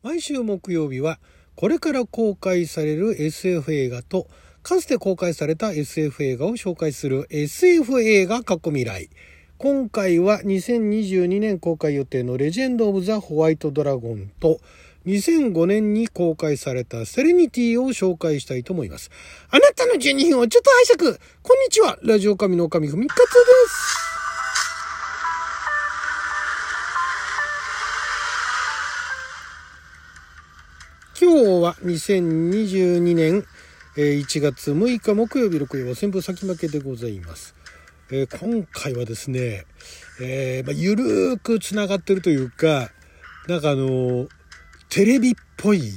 毎週木曜日はこれから公開される SF 映画とかつて公開された SF 映画を紹介する SF 映画未来。今回は2022年公開予定のレジェンド・オブ・ザ・ホワイト・ドラゴンと2005年に公開されたセレニティを紹介したいと思います。あなたの12分をちょっと拝借。こんにちは。ラジオ神の神ふみかつです。今日は2022年1月6日木曜日6曜旋風先負けでございます。今回はですね、ゆるーくつながってるというか、なんかテレビっぽい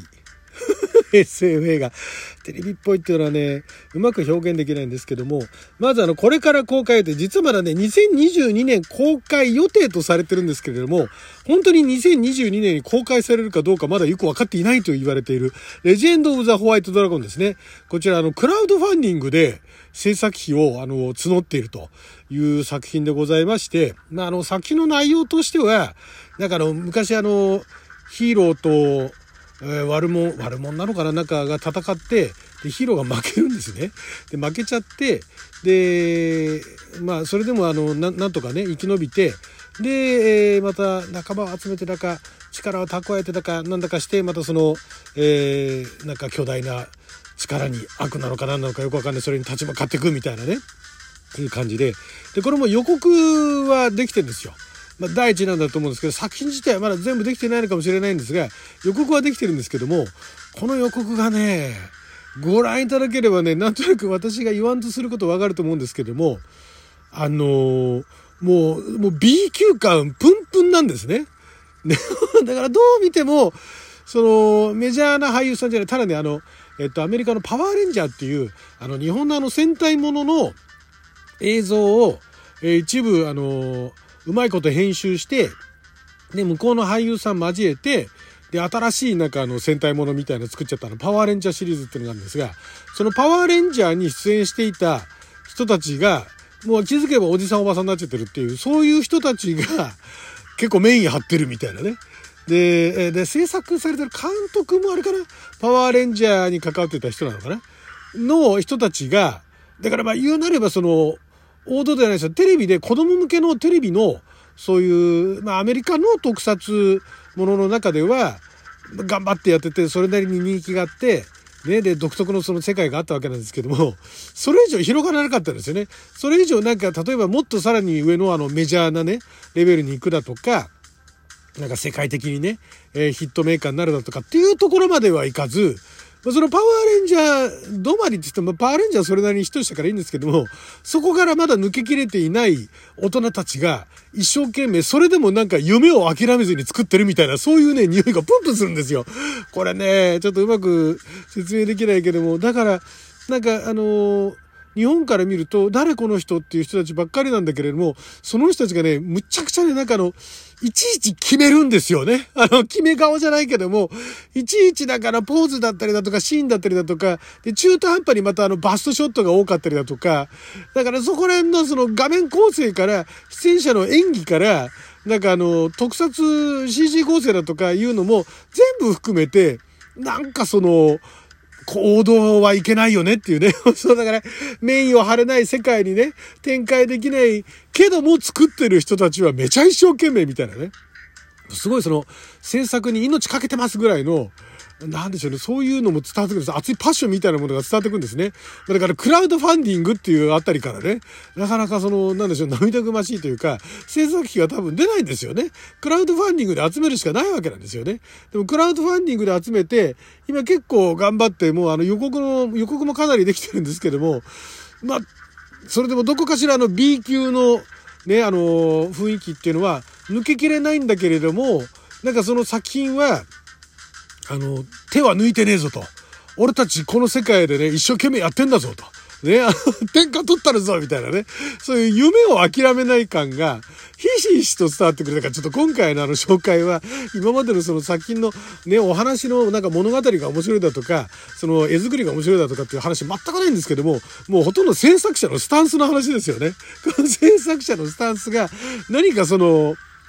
SF 映画。テレビっぽいっていうのはね、うまく表現できないんですけども、まずこれから公開予定、実はまだね、2022年公開予定とされてるんですけれども、本当に2022年に公開されるかどうかまだよくわかっていないと言われている、レジェンド・オブ・ザ・ホワイト・ドラゴンですね。こちらクラウドファンディングで制作費を募っているという作品でございまして、作品の内容としては、なんか昔ヒーローと悪者なのかな、中が戦って、で、ヒーローが負けるんですね。で、負けちゃって、で、それでもなんとかね、生き延びて、で、また仲間を集めて力を蓄えてなんだかして、またなんか巨大な力に悪なのか何なのかよくわかんない、それに立ち向かっていくみたいなね、いう感じで。で、これも予告はできてるんですよ。第一なんだと思うんですけど、作品自体はまだ全部できてないのかもしれないんですが、予告はできてるんですけども、この予告がね、ご覧いただければね、なんとなく私が言わんとすることわかると思うんですけども、もう B 級感プンプンなんですね。だからどう見ても、メジャーな俳優さんじゃない、ただね、アメリカのパワーレンジャーっていう、日本の戦隊ものの映像を、一部、うまいこと編集して、で、向こうの俳優さん交えて、で、新しいなんか戦隊ものみたいなの作っちゃったパワーレンジャーシリーズっていうのがあるんですが、そのパワーレンジャーに出演していた人たちが、もう気づけばおじさんおばさんになっちゃってるっていう、そういう人たちが結構メイン張ってるみたいなね。で、制作されてる監督もあれかな、パワーレンジャーに関わってた人なのかなの人たちが、だから言うなれば王道ではないですよ。テレビで子供向けのテレビのそういう、アメリカの特撮ものの中では頑張ってやってて、それなりに人気があって、ね、で、独特の世界があったわけなんですけども、それ以上広がらなかったんですよね。それ以上なんか、例えばもっとさらに上のメジャーなね、レベルに行くだとか、なんか世界的にね、ヒットメーカーになるだとかっていうところまではいかず、そのパワーレンジャー止まりって言っても、パワーレンジャーはそれなりにヒットしたからいいんですけども、そこからまだ抜けきれていない大人たちが一生懸命、それでもなんか夢を諦めずに作ってるみたいな、そういうね、匂いがプンプンするんですよ。これね、ちょっとうまく説明できないけども、だから、なんか日本から見ると、誰この人っていう人たちばっかりなんだけれども、その人たちがね、むちゃくちゃね、なんかいちいち決めるんですよね。決め顔じゃないけども、いちいちだからポーズだったりだとか、シーンだったりだとか、で、中途半端にまたバストショットが多かったりだとか、だからそこら辺の画面構成から、出演者の演技から、なんか特撮 CG 構成だとかいうのも全部含めて、なんか王道はいけないよねっていうね。そうだからメインを張れない世界にね、展開できないけども作ってる人たちはめちゃ一生懸命みたいなね。すごい制作に命かけてますぐらいの、なんでしょうね、そういうのも伝わってくるんです。熱いパッションみたいなものが伝わってくるんですね。だからクラウドファンディングっていうあたりからね、なかなかなんでしょう、涙ぐましいというか、制作費が多分出ないんですよね。クラウドファンディングで集めるしかないわけなんですよね。でもクラウドファンディングで集めて、今結構頑張って、もう予告もかなりできてるんですけども、それでもどこかしらB 級のね、雰囲気っていうのは抜けきれないんだけれども、なんかその作品は、手は抜いてねえぞと。俺たちこの世界でね、一生懸命やってんだぞと。ね、天下取ったるぞみたいなね。そういう夢を諦めない感が、ひしひしと伝わってくる。だからちょっと今回の紹介は、今までの作品のね、お話のなんか物語が面白いだとか、絵作りが面白いだとかっていう話全くないんですけども、もうほとんど制作者のスタンスの話ですよね。この制作者のスタンスが、何か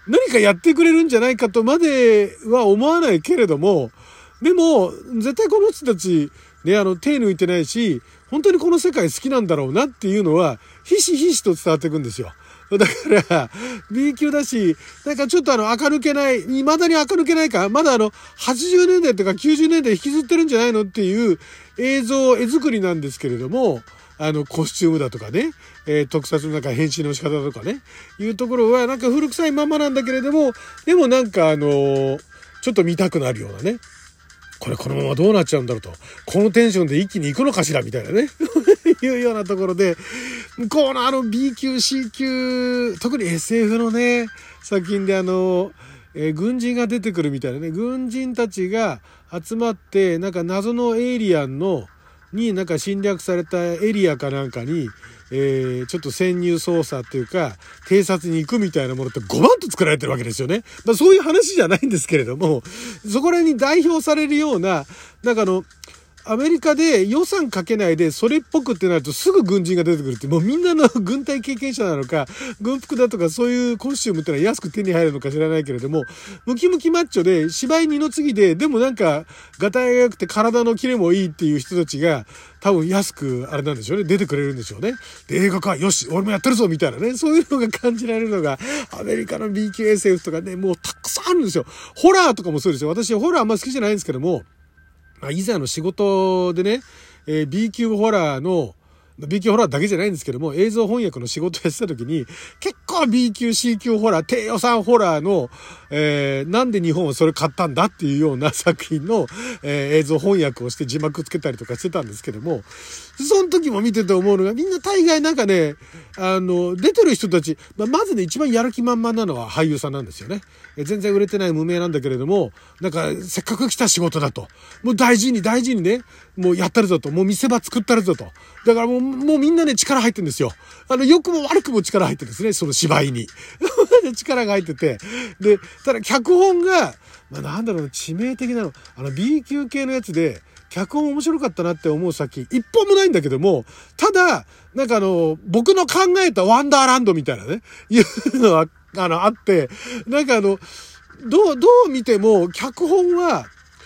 何かやってくれるんじゃないかとまでは思わないけれども、でも、絶対この人たち、ね、手抜いてないし、本当にこの世界好きなんだろうなっていうのは、ひしひしと伝わっていくんですよ。だから、B 級だし、なんかちょっと垢抜けない、未だに垢抜けないか、まだ80年代とか90年代引きずってるんじゃないのっていう絵作りなんですけれども、コスチュームだとかね、特撮のなんか編集の仕方とかね、いうところはなんか古臭いままなんだけれども、でもなんかちょっと見たくなるようなね、これこのままどうなっちゃうんだろうと、このテンションで一気に行くのかしらみたいなねいうようなところで、向こうのB 級 C 級、特に SF のね作品で軍人が出てくるみたいなね、軍人たちが集まってなんか謎のエイリアンになんか侵略されたエリアかなんかに、ちょっと潜入捜査っていうか偵察に行くみたいなものって5万と作られてるわけですよね。まあそういう話じゃないんですけれども、そこらに代表されるような、なんかアメリカで予算かけないでそれっぽくってなるとすぐ軍人が出てくるって、もうみんなの軍隊経験者なのか軍服だとかそういうコスチュームってのは安く手に入るのか知らないけれども、ムキムキマッチョで芝居二の次で、でもなんかガタイが良くて体のキレもいいっていう人たちが多分安くあれなんでしょうね、出てくれるんでしょうね。で映画か、よし俺もやってるぞみたいなね、そういうのが感じられるのがアメリカの B 級 SF とかね、もうたくさんあるんですよ。ホラーとかもそうですよ。私ホラーあんま好きじゃないんですけども、以前仕事でね、B 級ホラーだけじゃないんですけども、映像翻訳の仕事やってた時に、結構 B 級 C 級ホラー、低予算ホラーの、なんで日本はそれ買ったんだっていうような作品の、映像翻訳をして字幕つけたりとかしてたんですけども、その時も見てて思うのが、みんな大概なんかね、出てる人たち、まずね、一番やる気満々なのは俳優さんなんですよね。全然売れてない無名なんだけれども、なんかせっかく来た仕事だと、もう大事にね、もうやったるぞと、もう見せ場作ったるぞと。だからもうみんなね、力入ってるんですよ。良くも悪くも力入ってるんですね、その芝居に。力が入ってて。で、ただ脚本が、なんだろう、致命的なの。B 級系のやつで、脚本面白かったなって思う作品、一本もないんだけども、ただ、なんか僕の考えたワンダーランドみたいなね、いうのは、あって、なんかどう見ても、脚本は、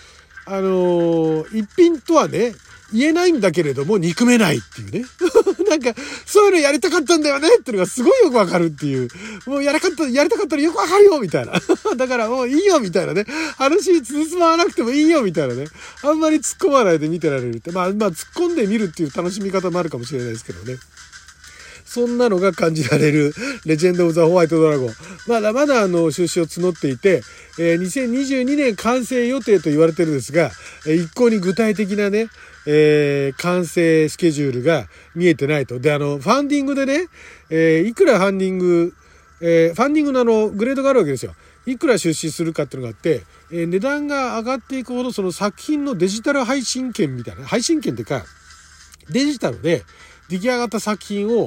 一品とはね、言えないんだけれども憎めないっていうねなんかそういうのやりたかったんだよねっていうのがすごいよくわかるっていう、もうやりたかったらよくわかるよみたいなだからもういいよみたいなね、話進まなくてもいいよみたいなね、あんまり突っ込まないで見てられるって、まあ突っ込んで見るっていう楽しみ方もあるかもしれないですけどね。そんなのが感じられるレジェンド・オブ・ザ・ホワイト・ドラゴン。まだまだ収支を募っていて、2022年完成予定と言われてるんですが、一向に具体的なね、完成スケジュールが見えてないと。で、ファンディングでね、いくらファンディングのグレードがあるわけですよ。いくら出資するかっていうのがあって、値段が上がっていくほどその作品のデジタル配信権みたいな、配信権っていうか、デジタルで出来上がった作品を、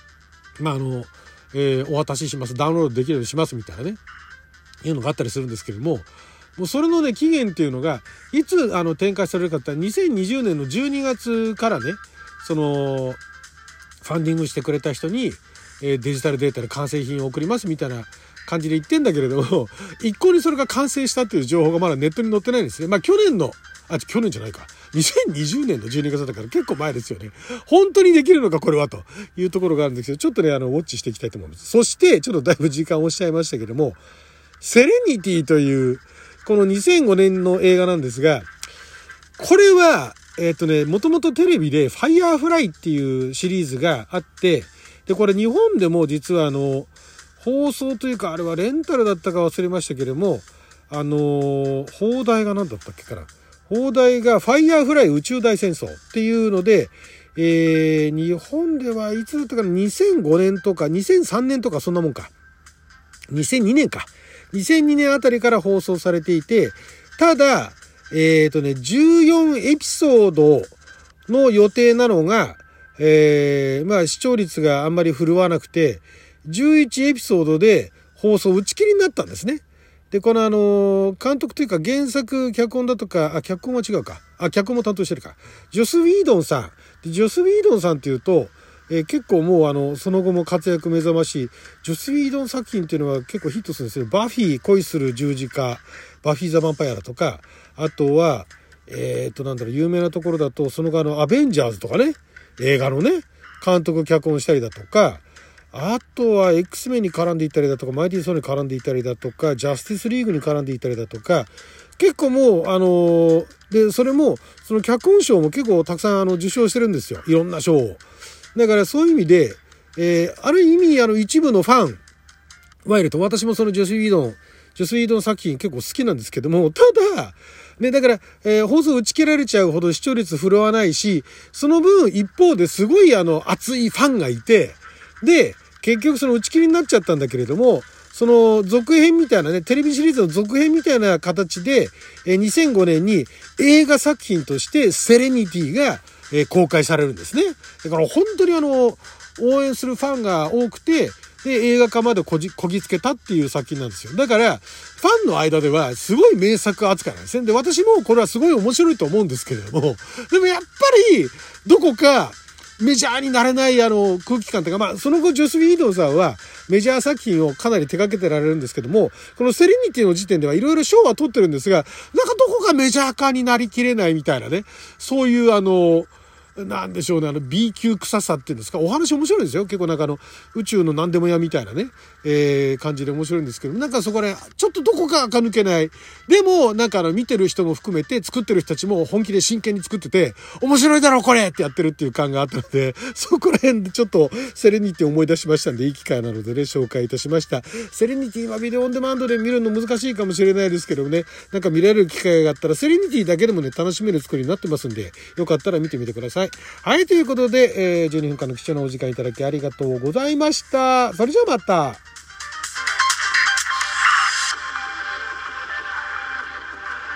お渡しします。ダウンロードできるようにしますみたいなね。いうのがあったりするんですけれども、もうそれのね、期限っていうのが、いつ展開されるかって2020年の12月からね、ファンディングしてくれた人に、デジタルデータで完成品を送りますみたいな感じで言ってんだけれども、一向にそれが完成したっていう情報がまだネットに載ってないんですね。去年じゃないか。2020年の12月だから結構前ですよね。本当にできるのかこれはというところがあるんですけど、ちょっとね、ウォッチしていきたいと思います。そして、ちょっとだいぶ時間を押しちゃいましたけども、セレニティという、この2005年の映画なんですが、これは、もともとテレビでファイヤーフライっていうシリーズがあって、で、これ日本でも実は放送というか、あれはレンタルだったか忘れましたけれども、放題が何だったっけかな。放題がファイヤーフライ宇宙大戦争っていうので、日本ではいつだったかな、2005年とか2003年とかそんなもんか。2002年か。2002年あたりから放送されていて、ただ、14エピソードの予定なのが、視聴率があんまり振るわなくて、11エピソードで放送打ち切りになったんですね。で、この監督というか原作、脚本だとか、脚本は違うか。脚本も担当してるか。ジョス・ウィードンさん。ジョス・ウィードンさんっていうと、 結構もうその後も活躍目覚ましいジョス・ウィードン作品っていうのは結構ヒットするんですよ。バフィー恋する十字架、バフィー・ザ・ヴァンパイアだとか、あとは有名なところだとその後アベンジャーズとかね、映画のね監督脚本したりだとか、あとは X メンに絡んでいったりだとか、マイティー・ソーに絡んでいったりだとか、ジャスティスリーグに絡んでいったりだとか、結構もうでそれもその脚本賞も結構たくさん受賞してるんですよ、いろんな賞を。だからそういう意味で、ある意味一部のファンはいると、私もそのジョス・ウィードン作品結構好きなんですけども、ただね、だから、放送打ち切られちゃうほど視聴率振るわないし、その分一方ですごい熱いファンがいて、で結局その打ち切りになっちゃったんだけれども、その続編みたいなね、テレビシリーズの続編みたいな形で、2005年に映画作品としてセレニティが、公開されるんですね。だから本当に応援するファンが多くて、で映画化までこぎつけたっていう作品なんですよ。だからファンの間ではすごい名作扱いなんですね。で私もこれはすごい面白いと思うんですけれども、でもやっぱりどこかメジャーになれない空気感というか、その後ジョス・ウィードンさんはメジャー作品をかなり手掛けてられるんですけども、このセレニティの時点ではいろいろ賞は取ってるんですが、なんかどこかメジャー化になりきれないみたいなね、そういうなんでしょうね、B 級臭さっていうんですか、お話面白いんですよ。結構なんか宇宙の何でも屋みたいなね、感じで面白いんですけど、なんかそこね、ちょっとどこか垢抜けない。でも、なんか見てる人も含めて、作ってる人たちも本気で真剣に作ってて、面白いだろこれってやってるっていう感があったので、そこら辺でちょっとセレニティ思い出しましたんで、いい機会なのでね、紹介いたしました。セレニティはビデオオンデマンドで見るの難しいかもしれないですけどね、なんか見られる機会があったら、セレニティだけでもね、楽しめる作りになってますんで、よかったら見てみてください。はい、ということで、12分間の貴重なお時間いただきありがとうございました。それじゃあまた。